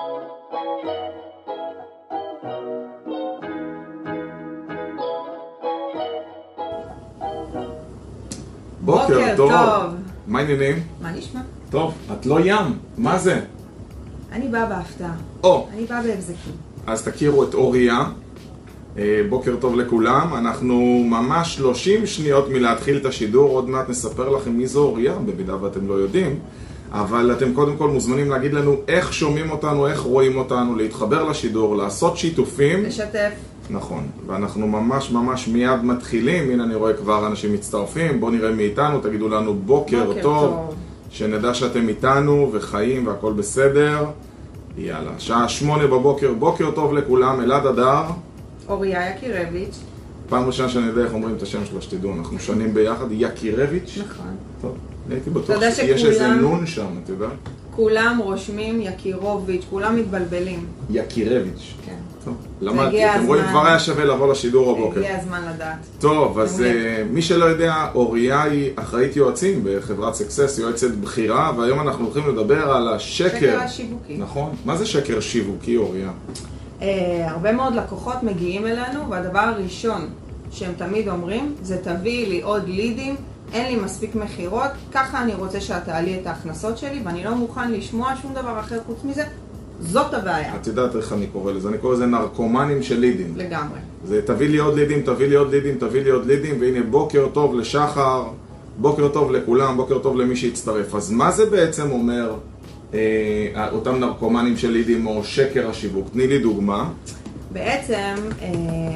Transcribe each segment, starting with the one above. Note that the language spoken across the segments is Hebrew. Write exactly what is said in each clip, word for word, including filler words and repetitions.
בוקר טוב. מה העניינים? מה נשמע? טוב, את לא ים, מה זה? אני באה בהפתעה. או, אני באה בהבזקים. אז תכירו את אוריה. בוקר טוב לכולם. אנחנו ממש שלושים שניות מלהתחיל את השידור. עוד מעט נספר לכם מי זו אוריה, במידה ואתם לא יודעים. אבל אתם קודם כל מוזמנים להגיד לנו איך שומעים אותנו, איך רואים אותנו, להתחבר לשידור, לעשות שיתופים. לשתף. נכון, ואנחנו ממש ממש מיד מתחילים. הנה אני רואה כבר אנשים מצטרפים. בואו נראה מאיתנו, תגידו לנו בוקר, בוקר טוב, טוב. שנדע שאתם איתנו וחיים והכל בסדר. יאללה, שעה שמונה בבוקר, בוקר טוב לכולם. אלעד אדר, אוריה יקירביץ'. פעם ראשונה שאני יודע איך אומרים את השם שלה, שתדעו, אנחנו שנים ביחד. יקירביץ'. נכון. טוב, הייתי בטוח תודה שיש שכולם- איזה נון שם, את יודעת? כולם רושמים יקירוביץ', כולם מתבלבלים. יקירביץ'. כן. טוב, למדתי, הגיע אתם רואים, הזמן. כבר היה שווה לבוא לשידור הבוקר. הגיע הזמן לדעת. טוב, אז מעולה. uh, מי שלא יודע, אוריה היא אחראית יועצים בחברת סקסס, יועצת בחירה, והיום אנחנו הולכים לדבר על השקר. שקר השיווקי. נכון. מה זה שקר שיווקי, אוריה? אה, הרבה מאוד לקוחות מגיעים אלינו, והדבר הראשון שהם תמיד אומרים, זה תביא לי עוד לידים, אין לי מספיק מחירות, ככה אני רוצה שאת תעלי את ההכנסות שלי, ואני לא מוכן לשמוע שום דבר אחר חוץ מזה. זאת הבעיה. את יודעת איך אני קורא לזה? אני קורא לזה נרקומנים של לידים. לגמרי. זה תביא לי עוד לידים, תביא לי עוד לידים, תביא לי עוד לידים, והנה בוקר טוב לשחר, בוקר טוב לכולם, בוקר טוב למי שהצטרף. אז מה זה בעצם אומר, אה, אותם נרקומנים של לידים או שקר השיווק? תני לי דוגמה. בעצם, אה,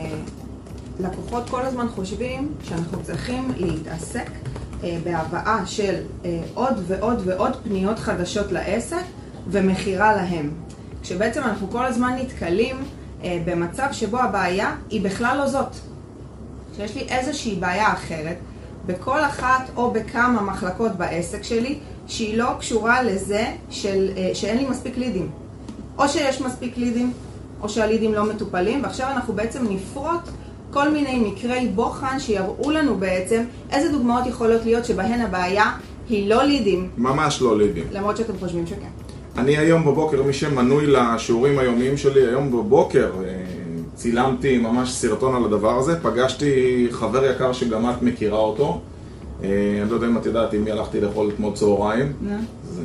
לקוחות כל הזמן חושבים שאנחנו צריכים להתעסק אה, בהבאה של אה, עוד ועוד ועוד פניות חדשות לעסק ומחירה להם. כשבעצם אנחנו כל הזמן נתקלים אה, במצב שבו הבעיה היא בכלל לא זאת. שיש לי איזושהי בעיה אחרת בכל אחת או בכמה מחלקות בעסק שלי שהיא לא קשורה לזה של, אה, שאין לי מספיק לידים. או שיש מספיק לידים או שהלידים לא מטופלים, ועכשיו אנחנו בעצם נפרוט כל מיני מקרי בוחן שיראו לנו בעצם איזה דוגמאות יכולות להיות שבהן הבעיה היא לא לידים, ממש לא לידים. למרות שאתם חושבים שכן. אני היום בבוקר, מי שמנוי לשיעורים היומיים שלי, היום בבוקר אה, צילמתי ממש סרטון על הדבר הזה, פגשתי חבר יקר שגם את מכירה אותו. אה, אני לא יודע אם את יודעת עם מי הלכתי לאכול אתמול צהריים. נו. זה...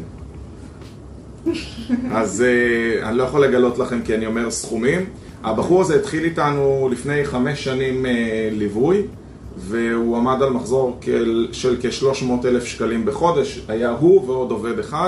אז אה, אני לא יכול לגלות לכם כי אני אומר סכומים. הבחור הזה התחיל איתנו לפני חמש שנים אה, ליווי, והוא עמד על מחזור כל, של כ-שלוש מאות אלף שקלים בחודש. היה הוא ועוד עובד אחד.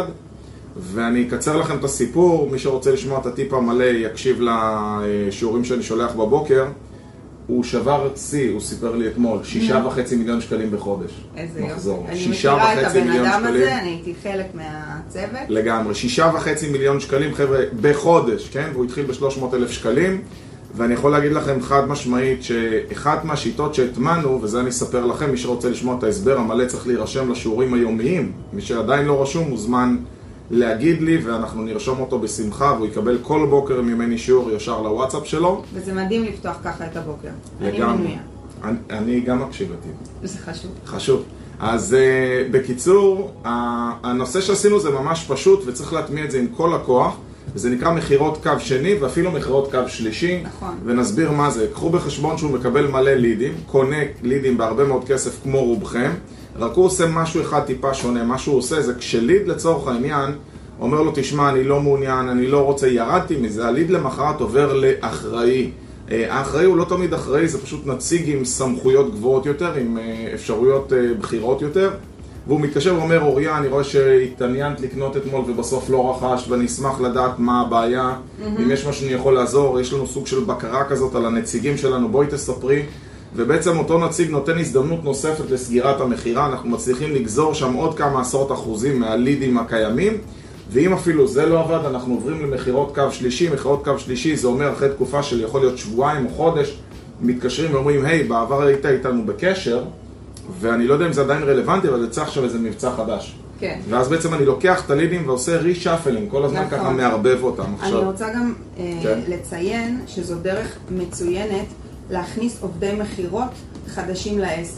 ואני אקצר לכם את הסיפור, מי שרוצה לשמוע את הטיפ המלא יקשיב לשיעורים שאני שולח בבוקר. הוא שבר שיא, הוא סיפר לי אתמול, שישה וחצי מיליון שקלים בחודש. איזה מחזור. יופי. אני שישה מכירה את וחצי הבן מיליון אדם שקלים. הזה, אני הייתי חלק מהצוות. לגמרי, שישה וחצי מיליון שקלים, חבר'ה, בחודש, כן? והוא התחיל ב-שלוש מאות אלף שקלים. ואני יכול להגיד לכם חד משמעית שאחת מהשיטות שהטמנו, וזה אני אספר לכם, מי שרוצה לשמוע את ההסבר המלא צריך להירשם לשיעורים היומיים. מי שעדיין לא רשום מוזמן להגיד לי, ואנחנו נרשום אותו בשמחה, והוא יקבל כל בוקר ממני שיעור ישר לוואטסאפ שלו. וזה מדהים לפתוח ככה את הבוקר. אני לגמרי. מנויה. אני, אני גם מקשיב לטיפ. זה חשוב. חשוב. אז uh, בקיצור, uh, הנושא שעשינו זה ממש פשוט, וצריך להטמיע את זה עם כל הכוח. וזה נקרא מחירות קו שני, ואפילו מחירות קו שלישי. נכון. ונסביר מה זה. קחו בחשבון שהוא מקבל מלא לידים, קונה לידים בהרבה מאוד כסף כמו רובכם. רק הוא עושה משהו אחד טיפה שונה. מה שהוא עושה זה כשליד לצורך העניין אומר לו, תשמע, אני לא מעוניין, אני לא רוצה, ירדתי מזה, הליד למחרת עובר לאחראי. האחראי הוא לא תמיד אחראי, זה פשוט נציג עם סמכויות גבוהות יותר, עם אפשרויות בחירות יותר. והוא מתקשר ואומר, אוריה, אני רואה שהתעניינת לקנות אתמול ובסוף לא רכשת, ואני אשמח לדעת מה הבעיה, mm-hmm. אם יש מה שאני יכול לעזור, יש לנו סוג של בקרה כזאת על הנציגים שלנו, בואי תספרי. ובעצם אותו נציג נותן הזדמנות נוספת לסגירת המחירה, אנחנו מצליחים לגזור שם עוד כמה עשרות אחוזים מהלידים הקיימים, ואם אפילו זה לא עבד, אנחנו עוברים למחירות קו שלישי. מחירות קו שלישי זה אומר אחרי תקופה של יכול להיות שבועיים או חודש, מתקשרים ואומרים, היי, בעבר היית איתנו בקשר, ואני לא יודע אם זה עדיין רלוונטי, אבל זה צריך עכשיו איזה מבצע חדש. כן. ואז בעצם אני לוקח את הלידים ועושה רישאפלינג, כל הזמן נכון. ככה מערבב אותם. עכשיו. אני רוצה גם אה, כן. לציין שזו דרך מצוינת להכניס עובדי מחירות חדשים לעסק.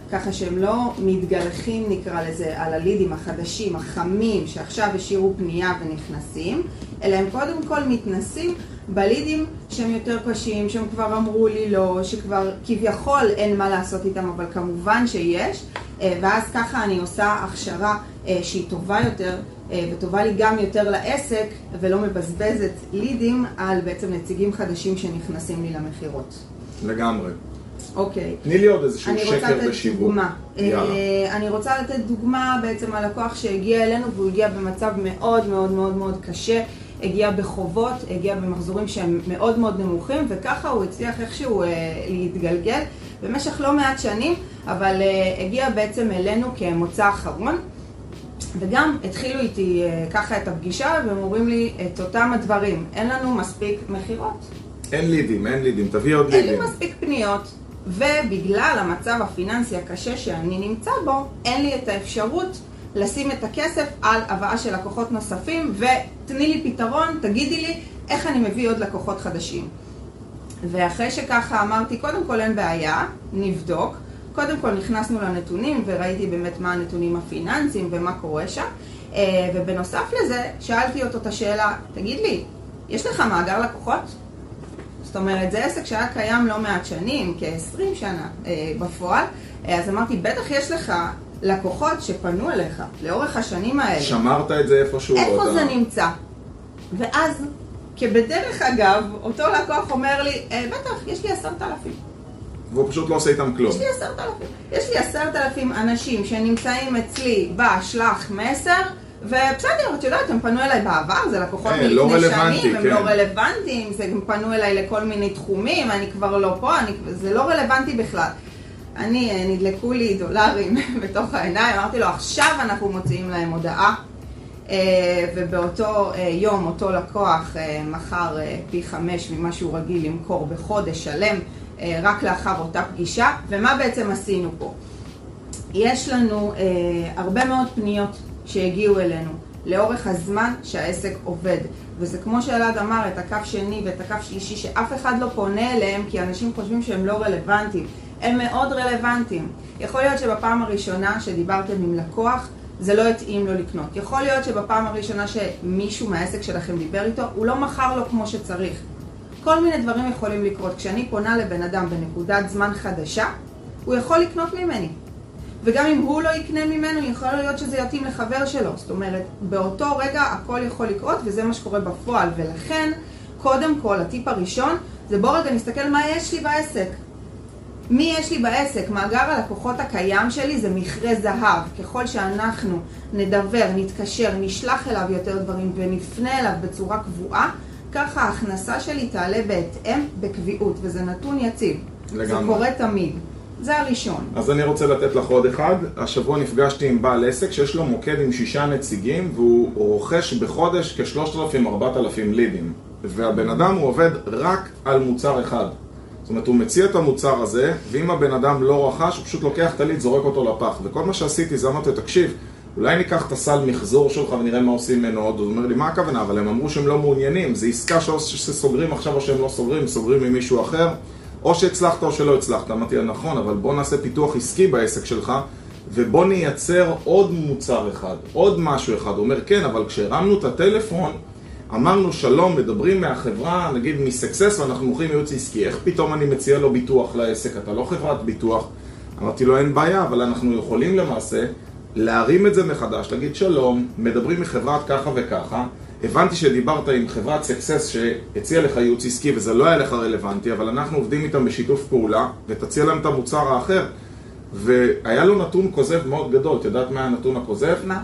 ככה שהם לא מתגלחים, נקרא לזה, על הלידים החדשים, החמים, שעכשיו השאירו פנייה ונכנסים, אלא הם קודם כל מתנסים בלידים שהם יותר קשים, שהם כבר אמרו לי לא, שכבר כביכול אין מה לעשות איתם, אבל כמובן שיש, ואז ככה אני עושה הכשרה שהיא טובה יותר, וטובה לי גם יותר לעסק, ולא מבזבזת לידים על בעצם נציגים חדשים שנכנסים לי למחירות. לגמרי. אוקיי. תני לי עוד איזשהו שקר בשיווק. אני רוצה לתת דוגמה בעצם על לקוח שהגיע אלינו, והוא הגיע במצב מאוד מאוד מאוד מאוד קשה, הגיע בחובות, הגיע במחזורים שהם מאוד מאוד נמוכים, וככה הוא הצליח איכשהו להתגלגל במשך לא מעט שנים, אבל הגיע בעצם אלינו כמוצא אחרון, וגם התחילו איתי ככה את הפגישה, והם אומרים לי את אותם הדברים, אין לנו מספיק מחירות. אין לידים, אין לידים, תביא עוד לידים. אין לי מספיק פניות, ובגלל המצב הפיננסי הקשה שאני נמצא בו, אין לי את האפשרות לשים את הכסף על הבאה של לקוחות נוספים, ותני לי פתרון, תגידי לי איך אני מביא עוד לקוחות חדשים. ואחרי שככה אמרתי, קודם כל אין בעיה, נבדוק. קודם כל נכנסנו לנתונים וראיתי באמת מה הנתונים הפיננסיים ומה קורה שם. ובנוסף לזה, שאלתי אותו את השאלה, תגיד לי, יש לך מאגר לקוחות? זאת אומרת, זה עסק שהיה קיים לא מעט שנים, כ-עשרים שנה בפועל. אז אמרתי, בטח יש לך לקוחות שפנו אליך לאורך השנים האלה. שמרת את זה איפשהו? איפה אותה? זה נמצא? ואז, כבדרך אגב, אותו לקוח אומר לי, בטח, יש לי עשרת אלפים. והוא פשוט לא עושה איתם כלום. יש לי עשרת אלפים. יש לי עשרת אלפים אנשים שנמצאים אצלי בשלח מסר, ובסדר, את יודעת, הם פנו אליי בעבר, זה לקוחות מלפני לא שנים, הם כן. לא רלוונטיים, הם פנו אליי לכל מיני תחומים, אני כבר לא פה, אני, זה לא רלוונטי בכלל. אני, נדלקו לי דולרים בתוך העיניים, אמרתי לו, עכשיו אנחנו מוציאים להם הודעה, ובאותו יום אותו לקוח מחר פי חמש ממה שהוא רגיל למכור בחודש שלם, רק לאחר אותה פגישה. ומה בעצם עשינו פה? יש לנו הרבה מאוד פניות שהגיעו אלינו לאורך הזמן שהעסק עובד, וזה כמו שאלעד אמר, את הקו שני ואת הקו שלישי שאף אחד לא פונה אליהם כי אנשים חושבים שהם לא רלוונטיים. הם מאוד רלוונטיים. יכול להיות שבפעם הראשונה שדיברתם עם לקוח זה לא התאים לו לקנות. יכול להיות שבפעם הראשונה שמישהו מהעסק שלכם דיבר איתו, הוא לא מכר לו כמו שצריך. כל מיני דברים יכולים לקרות. כשאני פונה לבן אדם בנקודת זמן חדשה, הוא יכול לקנות ממני. וגם אם הוא לא יקנה ממנו, יכול להיות שזה יתאים לחבר שלו. זאת אומרת, באותו רגע הכל יכול לקרות, וזה מה שקורה בפועל. ולכן, קודם כל, הטיפ הראשון, זה בוא רגע נסתכל מה יש לי בעסק. מי יש לי בעסק? מאגר הלקוחות הקיים שלי זה מכרה זהב. ככל שאנחנו נדבר, נתקשר, נשלח אליו יותר דברים ונפנה אליו בצורה קבועה, ככה ההכנסה שלי תעלה בהתאם בקביעות, וזה נתון יציב. לגמרי. זה קורה תמיד. זה הראשון. אז אני רוצה לתת לך עוד אחד. השבוע נפגשתי עם בעל עסק שיש לו מוקד עם שישה נציגים, והוא רוכש בחודש כ-שלושת אלפים עד ארבעת אלפים לידים. והבן אדם הוא עובד רק על מוצר אחד. זאת אומרת, הוא מציע את המוצר הזה, ואם הבן אדם לא רכש, הוא פשוט לוקח את הליד, זורק אותו לפח. וכל מה שעשיתי זה אמרתי, תקשיב, אולי ניקח את הסל מחזור שלך ונראה מה עושים ממנו עוד. הוא אומר לי, מה הכוונה? אבל הם אמרו שהם לא מעוניינים. זה עסקה שסוגרים עכשיו או שהם לא סוגרים, סוגרים ממישהו אחר. או שהצלחת או שלא הצלחת. אמרתי, נכון, אבל בוא נעשה פיתוח עסקי בעסק שלך, ובוא נייצר עוד מוצר אחד, עוד משהו אחד. הוא אומר, כן, אבל כשהרמנו את הטלפון, אמרנו שלום, מדברים מהחברה, נגיד מסקסס, ואנחנו מוכרים ייעוץ עסקי. איך פתאום אני מציע לו ביטוח לעסק? אתה לא חברת ביטוח. אמרתי לו, אין בעיה, אבל אנחנו יכולים למעשה להרים את זה מחדש, להגיד שלום, מדברים מחברת ככה וככה. הבנתי שדיברת עם חברת סקסס שהציע לך ייעוץ עסקי וזה לא היה לך רלוונטי, אבל אנחנו עובדים איתם בשיתוף פעולה ותציע להם את המוצר האחר. והיה לו נתון כוזב מאוד גדול. את יודעת מה הנתון הכוזב? מה?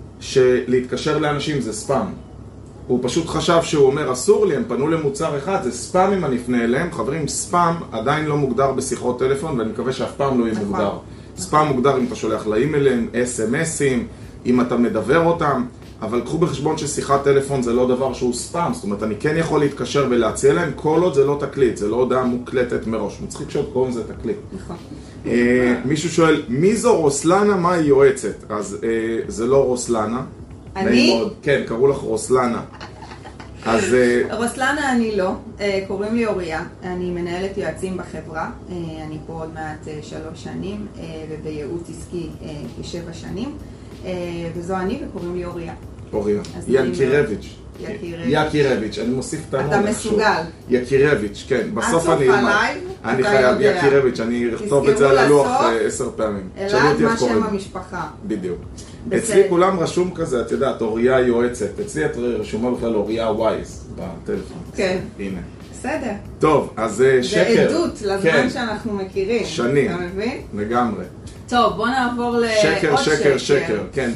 שלהתקשר לאנשים זה ספאם. הוא פשוט חשב שהוא אומר, אסור לי, הם פנו למוצר אחד, זה ספאם אם אני אפנה אליהם. חברים, ספאם עדיין לא מוגדר בשיחות טלפון, ואני מקווה שאף פעם לא יהיה מוגדר. ספאם מוגדר אם אתה שולח לאימיילים, אס אם אסים, אם אתה מדבר אותם, אבל קחו בחשבון ששיחת טלפון זה לא דבר שהוא ספאם. זאת אומרת, אני כן יכול להתקשר ולהציע להם, כל עוד זה לא תקליט, זה לא הודעה מוקלטת מראש. מצחיק שעוד קוראים זה תקליט. נכון. מישהו שואל, מי זו רוסלנה, מה היא יועצת? אז זה לא רוסלנה. אני? כן, קראו לך רוסלנה. אז... רוסלנה אני לא, קוראים לי אוריה, אני מנהלת יועצים בחברה, אני פה עוד מעט שלוש שנים, ובייעוץ עסקי כשבע שנים, וזו אני וקוראים לי אוריה. אוריה, ינקירביץ'. יקירביץ', אני מוסיף את המון. אתה מסוגל. יקירביץ', כן, בסוף אני... אני חייב יקירביץ', אני אכתוב את זה על הלוח עשר פעמים. אלעד מה שם המשפחה. בדיוק. אצלי כולם רשום כזה, את יודעת, אוריה יועצת. אצלי את רשומה בכלל אוריה וייס בטלפון. כן. הנה. בסדר. טוב, אז שקר. זה עדות לזמן שאנחנו מכירים. שנים. אתה מבין? לגמרי. טוב, בוא נעבור לעוד שקר. שקר, שקר, שקר, כן.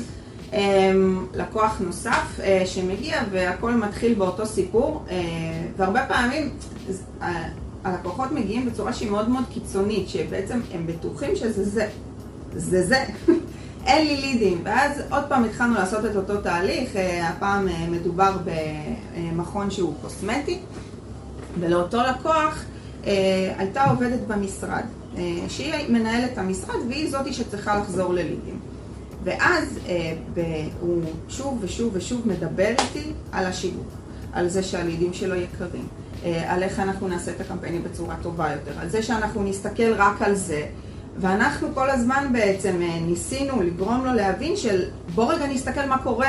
לקוח נוסף שמגיע והכל מתחיל באותו סיפור, והרבה פעמים הלקוחות מגיעים בצורה שהיא מאוד מאוד קיצונית, שבעצם הם בטוחים שזה זה, זה זה, אין לי לידים. ואז עוד פעם התחלנו לעשות את אותו תהליך, הפעם מדובר במכון שהוא קוסמטי, ולאותו לקוח הייתה עובדת במשרד, שהיא מנהלת המשרד והיא זאתי שצריכה לחזור ללידים. ואז אה, הוא שוב ושוב ושוב מדבר איתי על השיווק, על זה שהלידים שלו יקרים, אה, על איך אנחנו נעשה את הקמפיינים בצורה טובה יותר, על זה שאנחנו נסתכל רק על זה, ואנחנו כל הזמן בעצם אה, ניסינו לגרום לו להבין של בוא רגע נסתכל מה קורה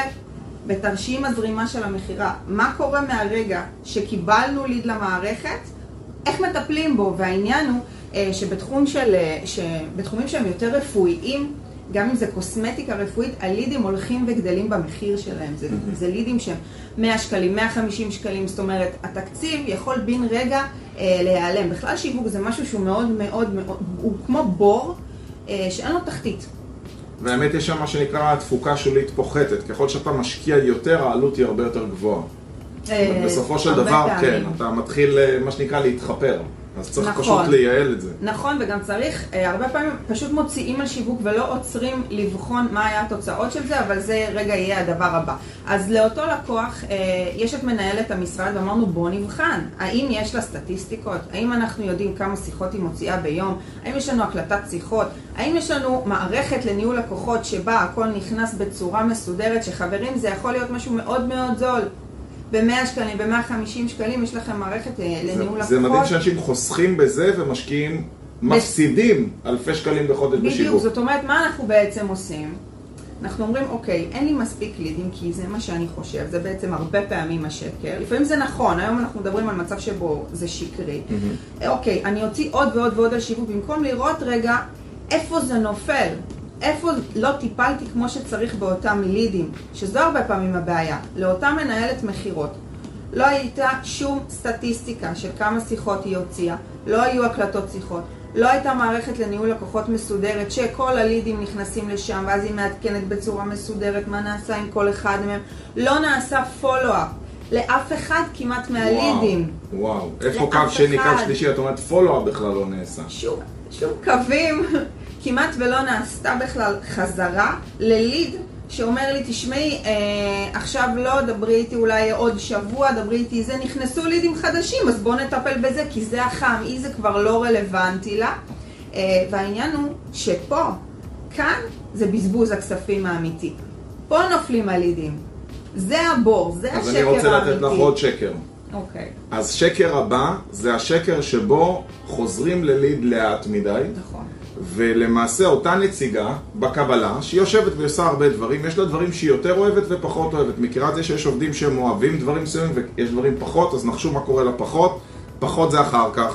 בתרשים הזרימה של המחירה, מה קורה מהרגע שקיבלנו ליד למערכת, איך מטפלים בו, והעניין הוא אה, שבתחום של, אה, שבתחומים שהם יותר רפואיים, גם אם זה קוסמטיקה רפואית, הלידים הולכים וגדלים במחיר שלהם. זה, זה לידים שהם מאה שקלים, מאה וחמישים שקלים, זאת אומרת, התקציב יכול בין רגע אה, להיעלם. בכלל שיווק זה משהו שהוא מאוד מאוד מאוד, הוא כמו בור אה, שאין לו תחתית. והאמת יש שם מה שנקרא תפוקה שולית פוחתת. ככל שאתה משקיע יותר, העלות היא הרבה יותר גבוהה. אה, בסופו של דבר, פעמים. כן, אתה מתחיל מה שנקרא להתחפר. אז צריך נכון, פשוט לייעל את זה. נכון, וגם צריך, הרבה פעמים פשוט מוציאים על שיווק ולא עוצרים לבחון מה היה התוצאות של זה, אבל זה רגע יהיה הדבר הבא. אז לאותו לקוח, יש את מנהלת המשרד ואמרנו בוא נבחן, האם יש לה סטטיסטיקות, האם אנחנו יודעים כמה שיחות היא מוציאה ביום, האם יש לנו הקלטת שיחות, האם יש לנו מערכת לניהול לקוחות שבה הכל נכנס בצורה מסודרת, שחברים זה יכול להיות משהו מאוד מאוד זול. ב-מאה שקלים, ב-מאה וחמישים שקלים יש לכם מערכת לניהול לקוחות. זה מדהים שאנשים חוסכים בזה ומשקיעים, מפסידים אלפי שקלים בחודש בשיווק. בדיוק, זאת אומרת, מה אנחנו בעצם עושים? אנחנו אומרים, אוקיי, אין לי מספיק לידים, כי זה מה שאני חושב, זה בעצם הרבה פעמים השקר. לפעמים זה נכון, היום אנחנו מדברים על מצב שבו זה שקרי. אוקיי, אני אוציא עוד ועוד ועוד על שיווק, במקום לראות רגע איפה זה נופל. איפה לא טיפלתי כמו שצריך באותם לידים, שזו הרבה פעמים הבעיה, לאותה מנהלת מחירות. לא הייתה שום סטטיסטיקה של כמה שיחות היא הוציאה, לא היו הקלטות שיחות, לא הייתה מערכת לניהול לקוחות מסודרת, שכל הלידים נכנסים לשם, ואז היא מעדכנת בצורה מסודרת מה נעשה עם כל אחד מהם. לא נעשה פולו-אפ לאף אחד כמעט מהלידים. וואו, וואו. איפה קו שני, קו שלישי, את אומרת פולו-אפ בכלל לא נעשה. שום, שום קווים. כמעט ולא נעשתה בכלל חזרה לליד שאומר לי, תשמעי, אה, עכשיו לא, דברי איתי אולי עוד שבוע, דברי איתי, זה נכנסו לידים חדשים, אז בואו נטפל בזה, כי זה החם, אי זה כבר לא רלוונטי לה. אה, והעניין הוא שפה, כאן, זה בזבוז הכספים האמיתי. פה נופלים הלידים. זה הבור, זה השקר האמיתי. אז אני רוצה לתת לך עוד שקר. אוקיי. אז שקר הבא, זה השקר שבו חוזרים לליד לאט מדי. נכון. ולמעשה אותה נציגה בקבלה, שהיא יושבת ועושה הרבה דברים, יש לה דברים שהיא יותר אוהבת ופחות אוהבת. מכירה את זה שיש עובדים שהם אוהבים דברים מסוימים ויש דברים פחות, אז נחשו מה קורה לפחות, פחות זה אחר כך.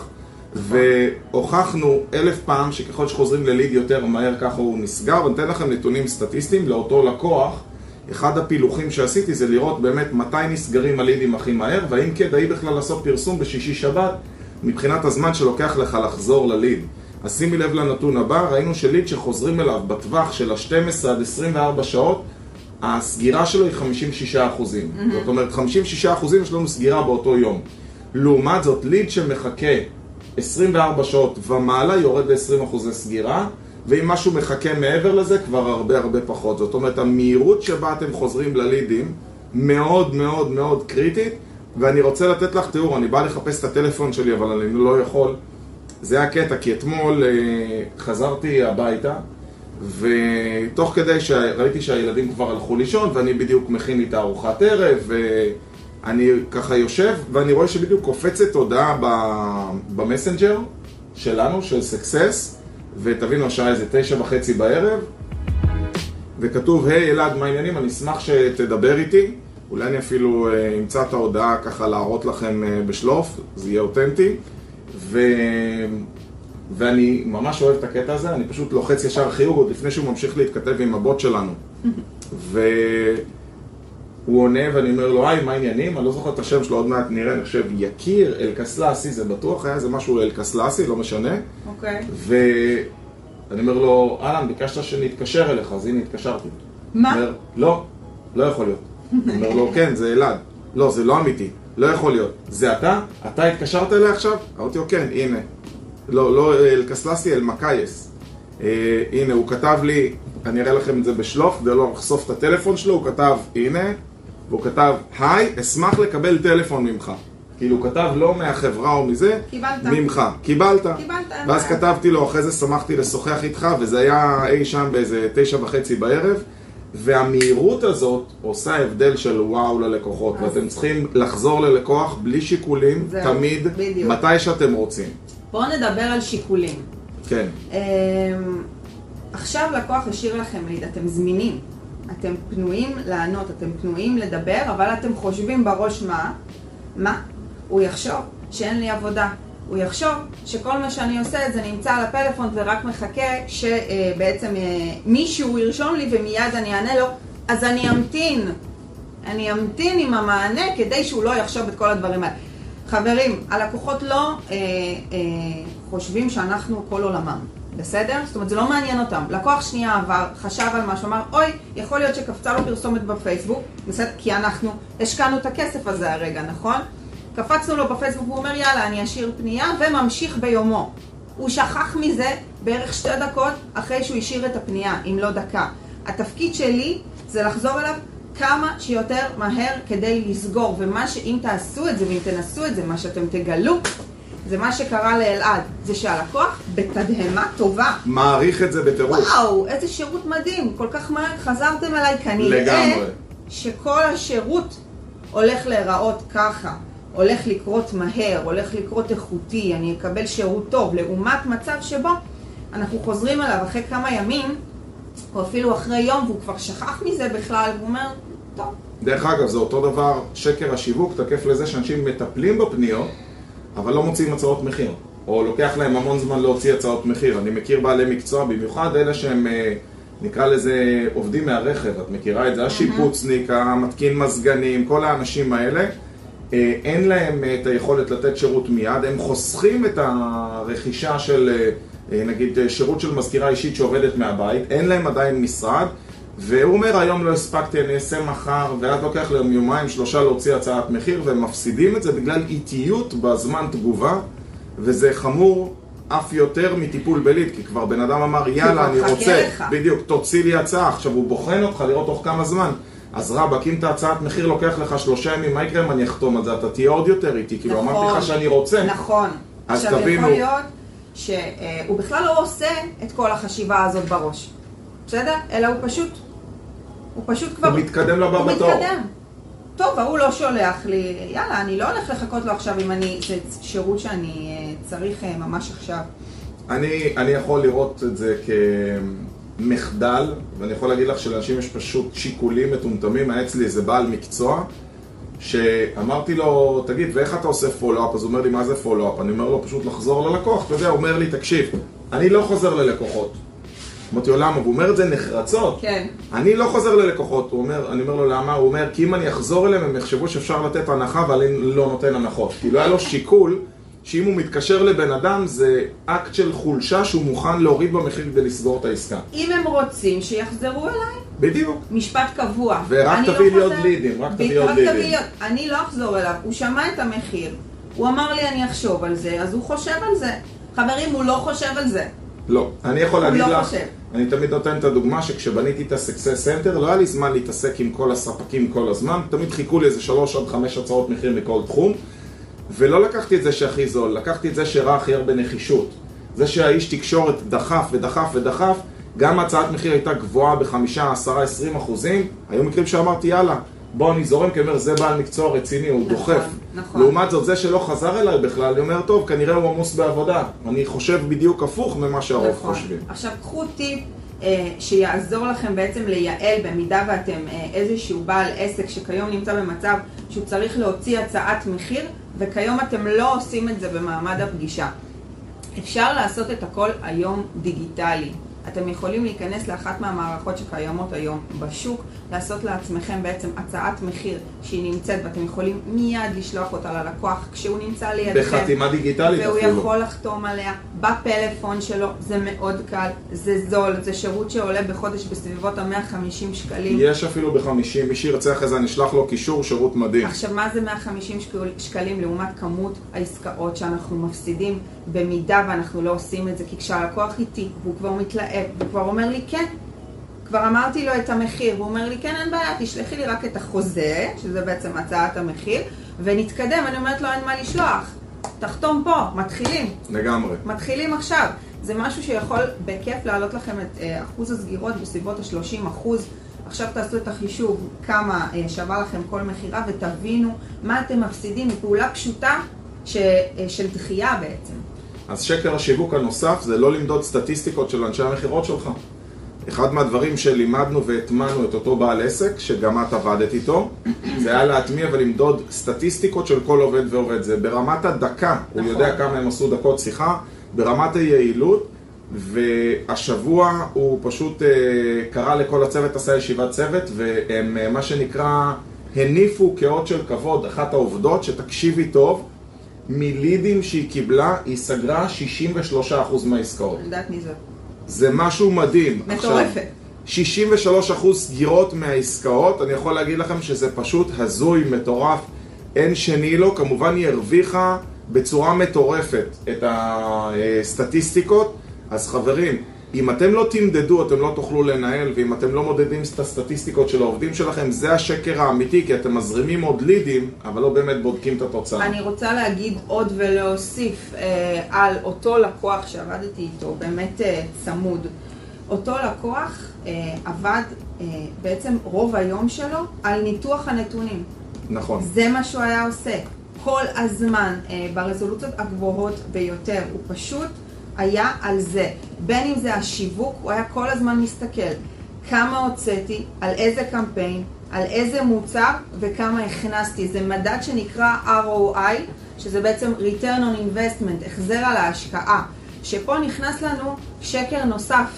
והוכחנו אלף פעם שככל שחוזרים לליד יותר מהר ככה הוא נסגר, ונתן לכם נתונים סטטיסטיים לאותו לקוח. אחד הפילוחים שעשיתי זה לראות באמת מתי נסגרים הלידים הכי מהר, והאם כדאי בכלל לעשות פרסום בשישי שבת מבחינת הזמן שלוקח לך לחזור לליד. אז שימי לב לנתון הבא, ראינו שליד שחוזרים אליו בטווח של ה-שתים עשרה עד עשרים וארבע שעות, הסגירה שלו היא חמישים ושישה אחוזים. Mm-hmm. זאת אומרת, חמישים ושישה אחוזים יש לנו סגירה באותו יום. לעומת זאת, ליד שמחכה עשרים וארבע שעות ומעלה יורד ל-עשרים אחוזי סגירה, ואם משהו מחכה מעבר לזה, כבר הרבה הרבה פחות. זאת אומרת, המהירות שבה אתם חוזרים ללידים מאוד מאוד מאוד קריטית, ואני רוצה לתת לך תיאור, אני בא לחפש את הטלפון שלי, אבל אני לא יכול. זה הקטע, כי אתמול uh, חזרתי הביתה, ותוך כדי שראיתי שהילדים כבר הלכו לישון, ואני בדיוק מכין לי את הארוחת ערב, אני ככה יושב ואני רואה שבדיוק קופצת הודעה במסנג'ר שלנו, של סקסס, ותבינו, השעה איזה תשע וחצי בערב, וכתוב, היי אלעד, מה העניינים? אני אשמח שתדבר איתי. אולי אני אפילו אמצא את ההודעה ככה להראות לכם בשלוף, זה יהיה אותנטי. ו... ואני ממש אוהב את הקטע הזה, אני פשוט לוחץ ישר חיוג עוד לפני שהוא ממשיך להתכתב עם הבוט שלנו. והוא עונה ואני אומר לו, היי, מה העניינים? אני לא זוכר את השם שלו, עוד מעט נראה, אני חושב, יקיר, אלקסלסי, זה בטוח, היה איזה משהו אלקסלסי, לא משנה. אוקיי. ואני אומר לו, אהלן, ביקשת שנתקשר אליך, אז הנה התקשרתי. מה? אומר, לא, לא יכול להיות. אני אומר לו, כן, זה אלעד. לא, זה לא אמיתי, לא יכול להיות. זה אתה? אתה התקשרת אליי עכשיו? אמרתי לו, כן, הנה. לא, לא אלקסלסי, אל מקייס. אה, הנה, הוא כתב לי, אני אראה לכם את זה בשלוף, כדי לא לחשוף את הטלפון שלו, הוא כתב, הנה, והוא כתב, היי, אשמח לקבל טלפון ממך. כאילו, הוא כתב לא מהחברה או מזה, קיבלת. ממך. קיבלת. קיבלת. ואז כתבתי לו, אחרי זה שמחתי לשוחח איתך, וזה היה אי שם באיזה תשע וחצי בערב, והמהירות הזאת עושה הבדל של וואו ללקוחות, ואתם צריכים לחזור ללקוח בלי שיקולים, תמיד, מתי שאתם רוצים. בואו נדבר על שיקולים. כן. עכשיו לקוח השאיר לכם ליד, אתם זמינים, אתם פנויים לענות, אתם פנויים לדבר, אבל אתם חושבים בראש מה? מה? הוא יחשוב שאין לי עבודה. הוא יחשוב שכל מה שאני עושה זה נמצא על הפלאפון ורק מחכה שבעצם מישהו ירשום לי ומיד אני אענה לו, אז אני אמתין. אני אמתין עם המענה כדי שהוא לא יחשוב את כל הדברים האלה. חברים, הלקוחות לא אה, אה, חושבים שאנחנו כל עולמם, בסדר? זאת אומרת, זה לא מעניין אותם. לקוח שנייה עבר, חשב על משהו, אמר, אוי, יכול להיות שקפצה לו פרסומת בפייסבוק, בסדר? כי אנחנו השקענו את הכסף הזה הרגע, נכון? קפצנו לו בפייסבוק, הוא אומר, יאללה, אני אשאיר פנייה, וממשיך ביומו. הוא שכח מזה בערך שתי דקות אחרי שהוא השאיר את הפנייה, אם לא דקה. התפקיד שלי זה לחזור אליו כמה שיותר מהר כדי לסגור, ומה שאם תעשו את זה ואם תנסו את זה, מה שאתם תגלו, זה מה שקרה לאלעד, זה שהלקוח בתדהמה טובה. מעריך את זה בטירוף. וואו, איזה שירות מדהים, כל כך מהר חזרתם אליי, כנראה לגמרי. שכל השירות הולך להיראות ככה, הולך לקרות מהר, הולך לקרות איכותי, אני אקבל שירות טוב, לעומת מצב שבו אנחנו חוזרים אליו אחרי כמה ימים, או אפילו אחרי יום, והוא כבר שכח מזה בכלל, והוא אומר, טוב. דרך אגב, זה אותו דבר, שקר השיווק תקף לזה שאנשים מטפלים בפניות, אבל לא מוציאים הצעות מחיר. או לוקח להם המון זמן להוציא הצעות מחיר. אני מכיר בעלי מקצוע, במיוחד אלה שהם, נקרא לזה, עובדים מהרכב. את מכירה את זה? השיפוצניק, המתקין מזגנים, כל האנשים האלה, אין להם את היכולת לתת שירות מיד. הם חוסכים את הרכישה של, נגיד, שירות של מזכירה אישית שעובדת מהבית. אין להם עדיין משרד. והוא אומר, היום לא הספקתי, אני אעשה מחר, ואז לוקח להם יומיים, שלושה להוציא הצעת מחיר, והם מפסידים את זה בגלל איטיות בזמן תגובה, וזה חמור אף יותר מטיפול בליד, כי כבר בן אדם אמר, יאללה, אני רוצה, בדיוק, תוציא לי הצעה, עכשיו הוא בוחן אותך לראות תוך כמה זמן, אז רבק, אם את הצעת מחיר לוקח לך שלושה ימים, מה יקרה אם אני אחתום על זה? אתה תהיה עוד יותר איתי, כאילו אמרתי לך שאני רוצה. נכון, אז עכשיו תבינו. יכול להיות שהוא בכלל לא עושה את כל החשיבה הזאת בראש, בסדר? אלא הוא פשוט הוא פשוט כבר... הוא מתקדם לבא בתור. הוא מתקדם. טוב, הוא לא שולח לי, יאללה, אני לא הולך לחכות לו עכשיו אם אני... זה שירות שאני צריך ממש עכשיו. אני, אני יכול לראות את זה כמחדל, ואני יכול להגיד לך שלאנשים יש פשוט שיקולים מטומטמים. היה אצלי איזה בעל מקצוע, שאמרתי לו, תגיד, ואיך אתה עושה פולו-אפ? אז הוא אומר לי, מה זה פולו-אפ? אני אומר לו, פשוט לחזור ללקוח. אתה יודע, הוא אומר לי, תקשיב, אני לא חוזר ללקוחות. אמרתי לו, למה? הוא אומר את זה נחרצות. כן. אני לא חוזר ללקוחות. הוא אומר, אני אומר לו, למה? הוא אומר, כי אם אני אחזור אליהם, הם יחשבו שאפשר לתת הנחה, אבל אני לא נותן הנחות. כי לא היה לו שיקול, שאם הוא מתקשר לבן אדם, זה אקט של חולשה שהוא מוכן להוריד במחיר כדי לסגור את העסקה. אם הם רוצים, שיחזרו אליי. בדיוק. משפט קבוע. ורק תביא לי עוד לידים, רק תביא עוד לידים. אני לא אחזור אליו, הוא שמע את המחיר. הוא אמר לי, אני אחשוב על זה, אז הוא חושב על זה. חברים, הוא לא חושב על זה. לא, אני יכול להגיד לא לך, חושב. אני תמיד נותן את הדוגמה שכשבניתי את ה-Success Center לא היה לי זמן להתעסק עם כל הספקים כל הזמן, תמיד חיכו לי איזה שלוש עד חמש הצעות מחיר מכל תחום, ולא לקחתי את זה שהכי זול, לקחתי את זה שראה הכי הרבה נחישות. זה שהאיש תקשורת דחף ודחף ודחף, גם הצעת מחיר הייתה גבוהה בחמישה, עשרה, עשרים אחוזים, היו מקרים שאמרתי יאללה, בוא אני זורם, כי אומר, זה בעל מקצוע רציני, הוא נכון, דוחף. נכון. לעומת זאת, זה שלא חזר אליי בכלל, אני אומר, טוב, כנראה הוא עמוס בעבודה. אני חושב בדיוק הפוך ממה שהרוב נכון. חושבים. עכשיו, קחו טיפ אה, שיעזור לכם בעצם לייעל במידה ואתם אה, איזשהו בעל עסק שכיום נמצא במצב שהוא צריך להוציא הצעת מחיר, וכיום אתם לא עושים את זה במעמד הפגישה. אפשר לעשות את הכל היום דיגיטלי. אתם יכולים להיכנס לאחת מהמערכות שקיימות היום בשוק, לעשות לעצמכם בעצם הצעת מחיר שהיא נמצאת, ואתם יכולים מיד לשלוח אותה ללקוח כשהוא נמצא לידכם. בחתימה דיגיטלית והוא אפילו. יכול לחתום עליה בפלאפון שלו. זה מאוד קל, זה זול, זה שירות שעולה בחודש בסביבות ה-מאה וחמישים שקלים. יש אפילו ב-חמישים, מי שירצה אחרי זה נשלח לו קישור, שירות מדהים. עכשיו, מה זה מאה וחמישים שקלים לעומת כמות העסקאות שאנחנו מפסידים במידה ואנחנו לא עושים את זה? כי כשהלקוח איתי והוא כבר מתלהב וכבר אומר לי כן, כבר אמרתי לו את המחיר, והוא אומר לי כן, אין בעיה, תשלחי לי רק את החוזה, שזה בעצם הצעת המחיר, ונתקדם. אני אומרת לו, אין מה לשלוח, תחתום פה, מתחילים. לגמרי. מתחילים עכשיו. זה משהו שיכול בכיף להעלות לכם את אחוז הסגירות בסביבות ה-שלושים אחוז. עכשיו תעשו את החישוב כמה שווה לכם כל מחירה, ותבינו מה אתם מפסידים מפעולה פשוטה ש... של דחייה בעצם. אז שקר השיווק הנוסף זה לא למדוד סטטיסטיקות של אנשי המחירות שלך. אחד מהדברים שלימדנו והטמנו את אותו בעל עסק, שגם את עבדת איתו, זה היה להטמיע ולמדוד סטטיסטיקות של כל עובד ועובד. זה ברמת הדקה, נכון. הוא יודע כמה הם עשו דקות שיחה, ברמת היעילות, והשבוע הוא פשוט אה, קרא לכל הצוות, עשה ישיבת צוות, והם אה, מה שנקרא הניפו כאות של כבוד. אחת העובדות שתקשיבי טוב, מלידים שהיא קיבלה, היא סגרה שישים ושלושה אחוז מהעסקאות. אני יודעת מי זאת. זה משהו מדהים. מטורפת. שישים ושלושה אחוז סגירות מהעסקאות, אני יכול להגיד לכם שזה פשוט הזוי, מטורף, אין שני לו. כמובן היא הרוויחה בצורה מטורפת את הסטטיסטיקות. אז חברים, אם אתם לא תמדדו, אתם לא תוכלו לנהל, ואם אתם לא מודדים את הסטטיסטיקות של העובדים שלכם, זה השקר האמיתי, כי אתם מזרימים עוד לידים, אבל לא באמת בודקים את התוצאה. אני רוצה להגיד עוד ולהוסיף אה, על אותו לקוח שעבדתי איתו, באמת אה, צמוד. אותו לקוח אה, עבד אה, בעצם רוב היום שלו על ניתוח הנתונים. נכון. זה מה שהוא היה עושה. כל הזמן, אה, ברזולוציות הגבוהות ביותר, הוא פשוט היה על זה. בין אם זה השיווק, הוא היה כל הזמן מסתכל כמה הוצאתי, על איזה קמפיין, על איזה מוצר וכמה הכנסתי. זה מדד שנקרא אר או איי, שזה בעצם Return on Investment, החזר על ההשקעה. שפה נכנס לנו שקר נוסף,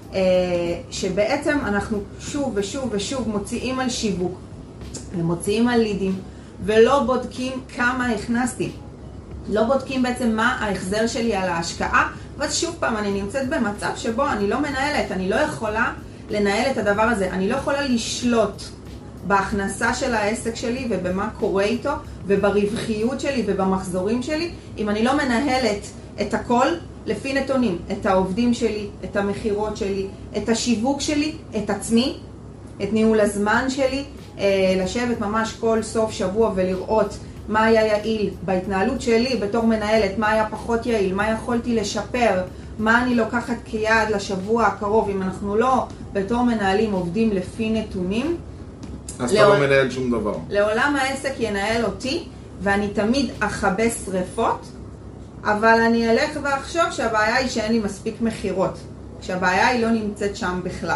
שבעצם אנחנו שוב ושוב ושוב מוציאים על שיווק, מוציאים על לידים, ולא בודקים כמה הכנסתי. לא בודקים בעצם מה ההחזר שלי על ההשקעה, ואז שוב פעם אני נמצאת במצב שבו אני לא מנהלת, אני לא יכולה לנהל את הדבר הזה, אני לא יכולה לשלוט בהכנסה של העסק שלי ובמה קורה איתו וברווחיות שלי ובמחזורים שלי, אם אני לא מנהלת את הכל לפי נתונים, את העובדים שלי, את המחירות שלי, את השיווק שלי, את עצמי, את ניהול הזמן שלי, לשבת ממש כל סוף שבוע ולראות מה היה יעיל בהתנהלות שלי בתור מנהלת, מה היה פחות יעיל, מה יכולתי לשפר, מה אני לוקחת כיעד לשבוע הקרוב. אם אנחנו לא בתור מנהלים עובדים לפי נתונים, אז אתה לא מנהל שום דבר. לעולם העסק ינהל אותי, ואני תמיד אכבה שריפות, אבל אני אלך ואחשוב שהבעיה היא שאין לי מספיק מחירות, שהבעיה היא לא נמצאת שם בכלל.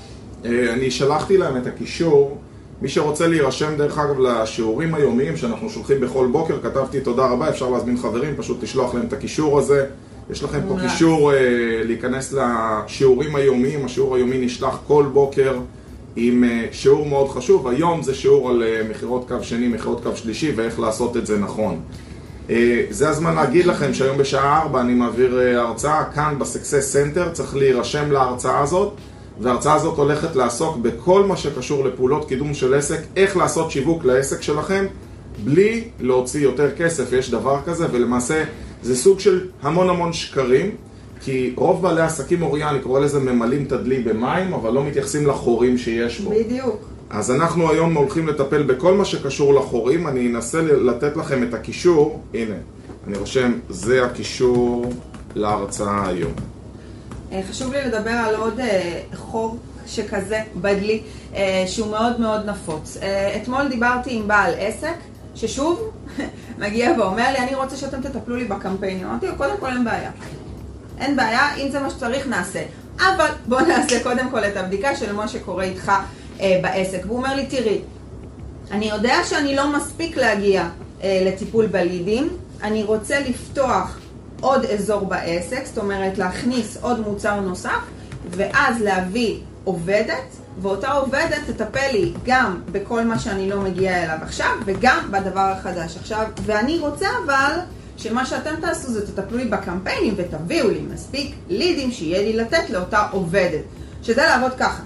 אני שלחתי להם את הקישור. מי שרוצה להירשם דרך אגב לשיעורים היומיים שאנחנו שולחים בכל בוקר, כתבתי תודה רבה, אפשר להזמין חברים, פשוט תשלוח להם את הקישור הזה. יש לכם פה קישור אה, להיכנס לשיעורים היומיים. השיעור היומי נשלח כל בוקר עם אה, שיעור מאוד חשוב. היום זה שיעור על אה, מחירות קו שני, מחירות קו שלישי ואיך לעשות את זה נכון. אה, זה הזמן להגיד לכם שהיום בשעה ארבע אני מעביר אה, הרצאה כאן בסקסס סנטר, צריך להירשם להרצאה הזאת. וההרצאה הזאת הולכת לעסוק בכל מה שקשור לפעולות קידום של עסק, איך לעשות שיווק לעסק שלכם בלי להוציא יותר כסף. יש דבר כזה, ולמעשה זה סוג של המון המון שקרים, כי רוב בעלי עסקים, אוריה, אני קורא לזה ממלאים תדלי במים, אבל לא מתייחסים לחורים שיש בו. בדיוק. אז אנחנו היום הולכים לטפל בכל מה שקשור לחורים. אני אנסה לתת לכם את הקישור. הנה, אני רושם, זה הקישור להרצאה היום. חשוב לי לדבר על עוד חור שכזה בדלי, שהוא מאוד מאוד נפוץ. אתמול דיברתי עם בעל עסק, ששוב מגיע ואומר לי, אני רוצה שאתם תטפלו לי בקמפיינים. אמרתי לו, קודם כל אין בעיה. אין בעיה, אם זה מה שצריך נעשה. אבל בוא נעשה קודם כל את הבדיקה של מה שקורה איתך אה, בעסק. והוא אומר לי, תראי, אני יודע שאני לא מספיק להגיע אה, לטיפול בלידים, אני רוצה לפתוח עוד אזור בעסק, זאת אומרת להכניס עוד מוצר נוסף, ואז להביא עובדת, ואותה עובדת תטפל לי גם בכל מה שאני לא מגיעה אליו עכשיו, וגם בדבר החדש עכשיו. ואני רוצה אבל שמה שאתם תעשו זה תטפלו לי בקמפיינים ותביאו לי מספיק לידים שיהיה לי לתת לאותה עובדת. שזה לעבוד ככה.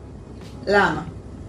למה?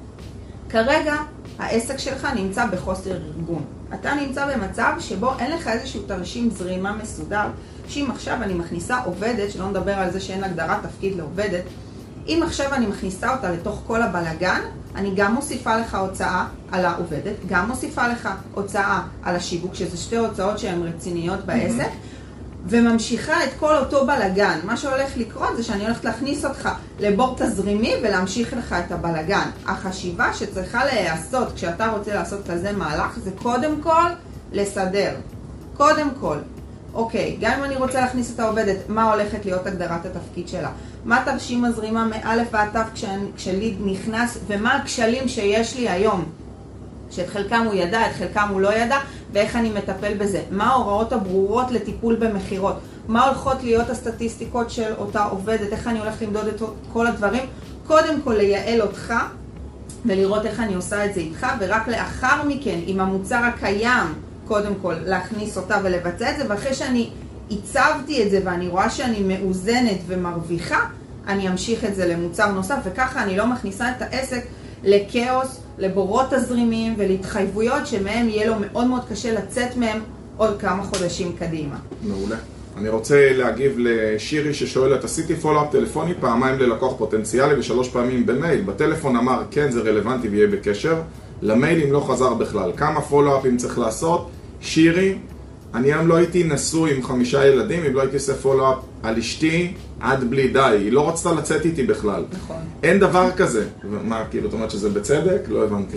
כרגע העסק שלך נמצא בחוסר ארגון. אתה נמצא במצב שבו אין לך איזשהו תרשים זרימה מסודר, שאם עכשיו אני מכניסה עובדת, שלא נדבר על זה שאין הגדרת תפקיד לעובדת, אם עכשיו אני מכניסה אותה לתוך כל הבלגן, אני גם מוסיפה לך הוצאה על העובדת, גם מוסיפה לך הוצאה על השיווק, שזה שתי הוצאות שהן רציניות בעסק, וממשיכה את כל אותו בלגן. מה שהולך לקרות זה שאני הולכת להכניס אותך לבור תזרימי ולהמשיך לך את הבלגן. החשיבה שצריכה להיעשות כשאתה רוצה לעשות כזה מהלך, זה קודם כל לסדר. קודם כל. אוקיי, גם אם אני רוצה להכניס את העובדת, מה הולכת להיות הגדרת התפקיד שלה? מה תרשים הזרימה מאלף ועד תו כשליד נכנס, ומה הכשלים שיש לי היום? שאת חלקם הוא ידע, את חלקם הוא לא ידע, ואיך אני מטפל בזה? מה ההוראות הברורות לטיפול במחירות? מה הולכות להיות הסטטיסטיקות של אותה עובדת? איך אני הולך למדוד את כל הדברים? קודם כל לייעל אותך, ולראות איך אני עושה את זה איתך, ורק לאחר מכן, עם המוצר הקיים, קודם כל להכניס אותה ולבצע את זה, ואחרי שאני הצבתי את זה ואני רואה שאני מאוזנת ומרוויחה, אני אמשיך את זה למוצר נוסף, וככה אני לא מכניסה את העסק לקאוס, לבורות תזרימיים ולהתחייבויות שמהם יהיה לו מאוד מאוד קשה לצאת מהם עוד כמה חודשים קדימה. מעולה. אני רוצה להגיב לשירי ששואלת, עשיתי פולו-אפ טלפוני פעמיים ללקוח פוטנציאלי ושלוש פעמים במייל. בטלפון אמר כן זה רלוונטי ויהיה בקשר, למיילים לא חזר בכלל. כמה פולו-אפים צריך לעשות? שירי, אני היום לא הייתי נשוי עם חמישה ילדים, אם לא הייתי עושה פולו-אפ על אשתי עד בלי די, היא לא רצתה לצאת איתי בכלל. נכון. אין דבר כזה. מה, כאילו, זאת אומרת שזה בצדק? לא הבנתי.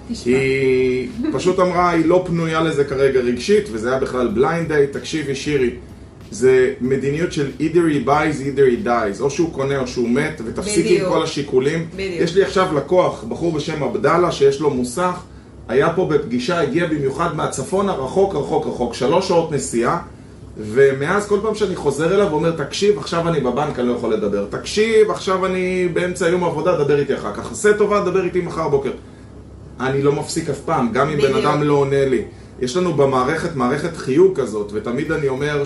היא פשוט אמרה, היא לא פנויה לזה כרגע רגשית, וזה היה בכלל בליינד דיי. תקשיבי שירי, זה מדיניות של either he buys, either he dies, או שהוא קונה או שהוא מת, ותפסיקי עם כל השיקולים. בדיוק. יש לי עכשיו לקוח, בחור בשם עבדאללה, שיש לו מוסך, היה פה בפגישה, הגיע במיוחד מהצפון הרחוק, רחוק, רחוק, שלוש שעות נסיעה, ומאז כל פעם שאני חוזר אליו ואומר, תקשיב, עכשיו אני בבנק, אני לא יכול לדבר. תקשיב, עכשיו אני באמצע יום עבודה, דבר איתי אחר כך. עשה טובה, דבר איתי מחר בוקר. אני לא מפסיק אף פעם, גם אם בן אדם לא עונה לי. יש לנו במערכת, מערכת חיוג כזאת, ותמיד אני אומר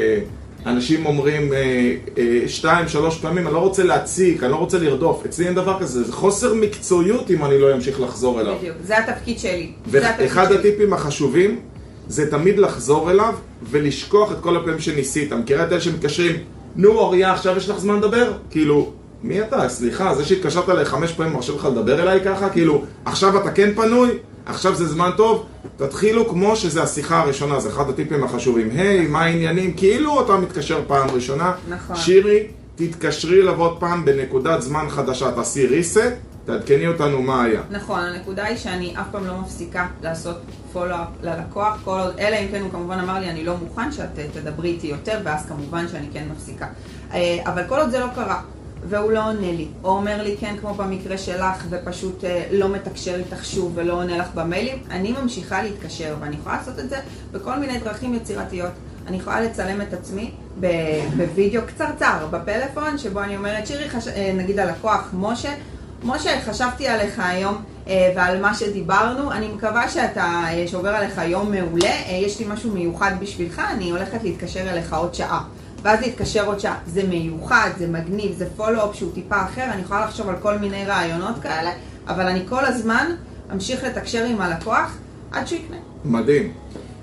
שאנשים אומרים שתיים, שלוש פעמים, אני לא רוצה להציק, אני לא רוצה לרדוף. אצלי אין דבר כזה, זה חוסר מקצועיות אם אני לא אמשיך לחזור אליו. בדיוק, זה התפקיד שלי. ואחד הטיפים החשובים, זה תמיד לחזור אליו ולשכוח את כל הפעמים שניסית. מכירה את אלה שמתקשרים, נו אוריה, עכשיו יש לך זמן לדבר? כאילו, מי אתה? סליחה, זה שהתקשרת אליי חמש פעמים מרשה לך לדבר אליי ככה? כאילו, עכשיו אתה כן פנוי? עכשיו זה זמן טוב? תתחילו כמו שזה השיחה הראשונה, זה אחד הטיפים החשובים. היי, מה העניינים? כאילו אתה מתקשר פעם ראשונה. נכון. שירי, תתקשרי אליו עוד פעם בנקודת זמן חדשה, תעשי ריסט, תעדכני אותנו מה היה. נכון, הנקודה היא שאני אף פעם לא מפסיקה לעשות פולו-אפ ללקוח, כל עוד, אלא אם כן הוא כמובן אמר לי אני לא מוכן שאת תדברי איתי יותר, ואז כמובן שאני כן מפסיקה. אבל כל עוד זה לא קרה, והוא לא עונה לי, או אומר לי כן כמו במקרה שלך, ופשוט לא מתקשר איתך שוב ולא עונה לך במיילים, אני ממשיכה להתקשר, ואני יכולה לעשות את זה בכל מיני דרכים יצירתיות. אני יכולה לצלם את עצמי בווידאו קצרצר, בפלאפון, שבו אני אומרת, שירי, נגיד הלקוח, משה, משה, חשבתי עליך היום ועל מה שדיברנו, אני מקווה שאתה, שעובר עליך יום מעולה, יש לי משהו מיוחד בשבילך, אני הולכת להתקשר אליך עוד שעה. ואז להתקשר עוד שעה, זה מיוחד, זה מגניב, זה פולו-אפ שהוא טיפה אחר, אני יכולה לחשוב על כל מיני רעיונות כאלה, אבל אני כל הזמן אמשיך לתקשר עם הלקוח עד שיקנה. מדהים.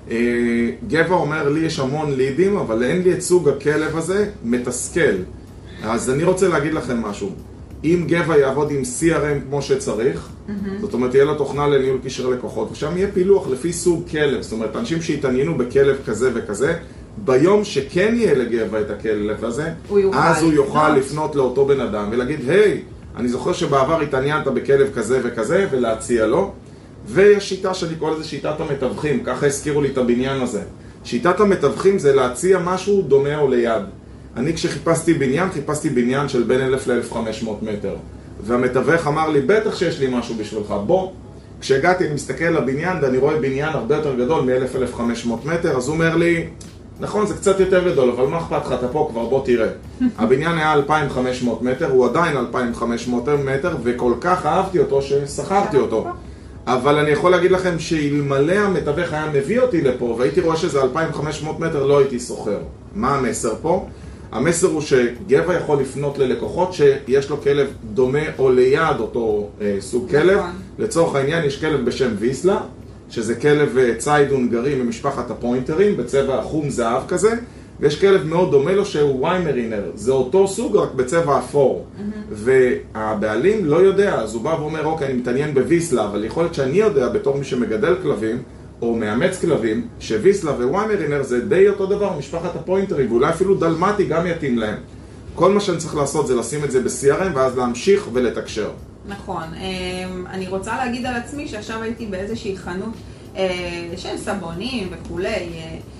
גבע אומר, לי יש המון לידים, אבל אין לי את סוג הכלב הזה, מתסכל. אז אני רוצה להגיד לכם משהו. אם גבע יעבוד עם סי אר אם כמו שצריך, mm-hmm. זאת אומרת, תהיה לה תוכנה לניהול קשרי לקוחות, ושם יהיה פילוח לפי סוג כלב, זאת אומרת, אנשים שהתעניינו בכלב כזה וכזה, ביום שכן יהיה לגבע את הכלב הזה, הוא אז הוא יוכל לפנות לאותו בן אדם ולהגיד, היי, אני זוכר שבעבר התעניינת בכלב כזה וכזה ולהציע לו, ויש שיטה שאני קורא לזה שיטת המתווכים, ככה הזכירו לי את הבניין הזה. שיטת המתווכים זה להציע משהו דומה או ליד. אני כשחיפשתי בניין, חיפשתי בניין של בין אלף ל-אלף וחמש מאות מטר. והמתווך אמר לי, בטח שיש לי משהו בשבילך, בוא. כשהגעתי אני מסתכל על הבניין ואני רואה בניין הרבה יותר גדול מ-אלף עד אלף וחמש מאות מטר, אז הוא אומר לי, נכון, זה קצת יותר גדול, אבל מה אכפת לך, אתה פה כבר, בוא תראה. הבניין היה אלפיים וחמש מאות מטר, הוא עדיין אלפיים וחמש מאות מטר, וכל כך אהבתי אותו ששכרתי אותו. אבל אני יכול להגיד לכם שאלמלא המתווך היה מביא אותי לפה, והייתי רואה שזה אלפיים וחמש מאות מטר, לא הייתי סוחר. מה המסר פה? המסר הוא שגבע יכול לפנות ללקוחות שיש לו כלב דומה או ליד אותו אה, סוג כלב. לצורך העניין יש כלב בשם ויסלה, שזה כלב ציד הונגרי ממשפחת הפוינטרים, בצבע חום זהב כזה, ויש כלב מאוד דומה לו שהוא ויימרינר, זה אותו סוג רק בצבע אפור. Mm-hmm. והבעלים לא יודע, אז הוא בא ואומר, אוקיי, אני מתעניין בוויסלה, אבל יכול להיות שאני יודע בתור מי שמגדל כלבים, או מאמץ כלבים, שוויסלה וויימרינר זה די אותו דבר משפחת הפוינטרים, ואולי אפילו דלמטי גם יתאים להם. כל מה שאני צריך לעשות זה לשים את זה ב-סי אר אם ואז להמשיך ולתקשר. נכון. אני רוצה להגיד על עצמי שעכשיו הייתי באיזושהי חנות של סבונים וכולי,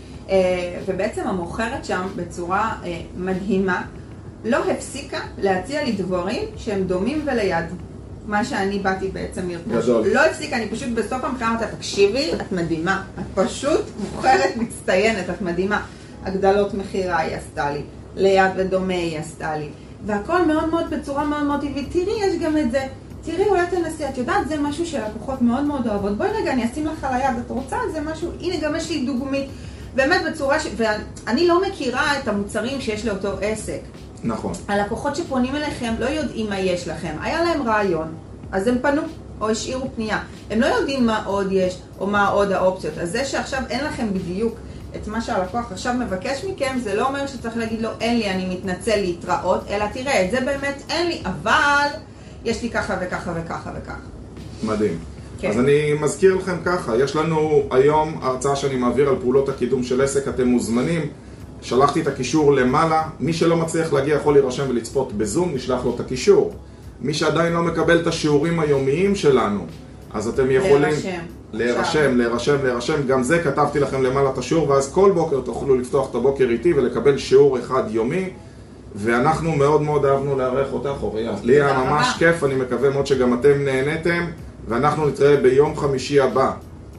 ובעצם המוכרת שם בצורה מדהימה לא הפסיקה להציע לי דברים שהם דומים וליד. מה שאני באתי בעצם לרכוש. לא הפסיקה, אני פשוט בסוף המחקר אמרתי, תקשיבי, את מדהימה. את פשוט מוכרת מצטיינת, את מדהימה. הגדלות מחירה היא עשתה לי, ליד ודומה היא עשתה לי. והכל מאוד מאוד בצורה מאוד מאוד טבעית. תראי, יש גם את זה. תראי, אולי תנסי, את יודעת, זה משהו שלקוחות מאוד מאוד אוהבות. בואי רגע, אני אשים לך על היד, את רוצה? זה משהו, הנה גם יש לי דוגמית. באמת בצורה ש... ואני לא מכירה את המוצרים שיש לאותו עסק. נכון. הלקוחות שפונים אליכם לא יודעים מה יש לכם. היה להם רעיון, אז הם פנו או השאירו פנייה. הם לא יודעים מה עוד יש או מה עוד האופציות. אז זה שעכשיו אין לכם בדיוק את מה שהלקוח עכשיו מבקש מכם, זה לא אומר שצריך להגיד לו, אין לי, אני מתנצל להתראות, אלא תראה, את זה באמת אין לי, אבל יש לי ככה וככה וככה וככה. מדהים. כן. אז אני מזכיר לכם ככה, יש לנו היום הרצאה שאני מעביר על פעולות הקידום של עסק, אתם מוזמנים. שלחתי את הקישור למעלה, מי שלא מצליח להגיע יכול להירשם ולצפות בזום, נשלח לו את הקישור. מי שעדיין לא מקבל את השיעורים היומיים שלנו, אז אתם יכולים להירשם, להירשם, להירשם, להירשם. גם זה כתבתי לכם למעלה את השיעור, ואז כל בוקר תוכלו לפתוח את הבוקר איתי ולקבל שיעור אחד יומי. ואנחנו מאוד מאוד אהבנו לארח אותך, אוריה. לי היה ממש כיף, אני מקווה מאוד שגם אתם נהניתם, ואנחנו נתראה ביום חמישי הבא.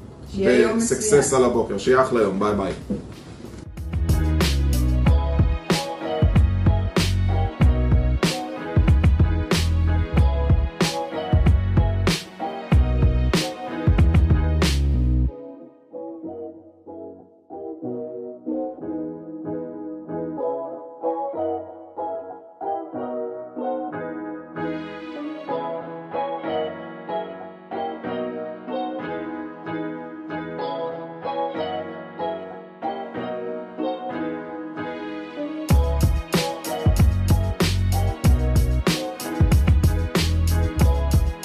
בסקסס על הבוקר. שיהיה אחלה יום, ביי ביי.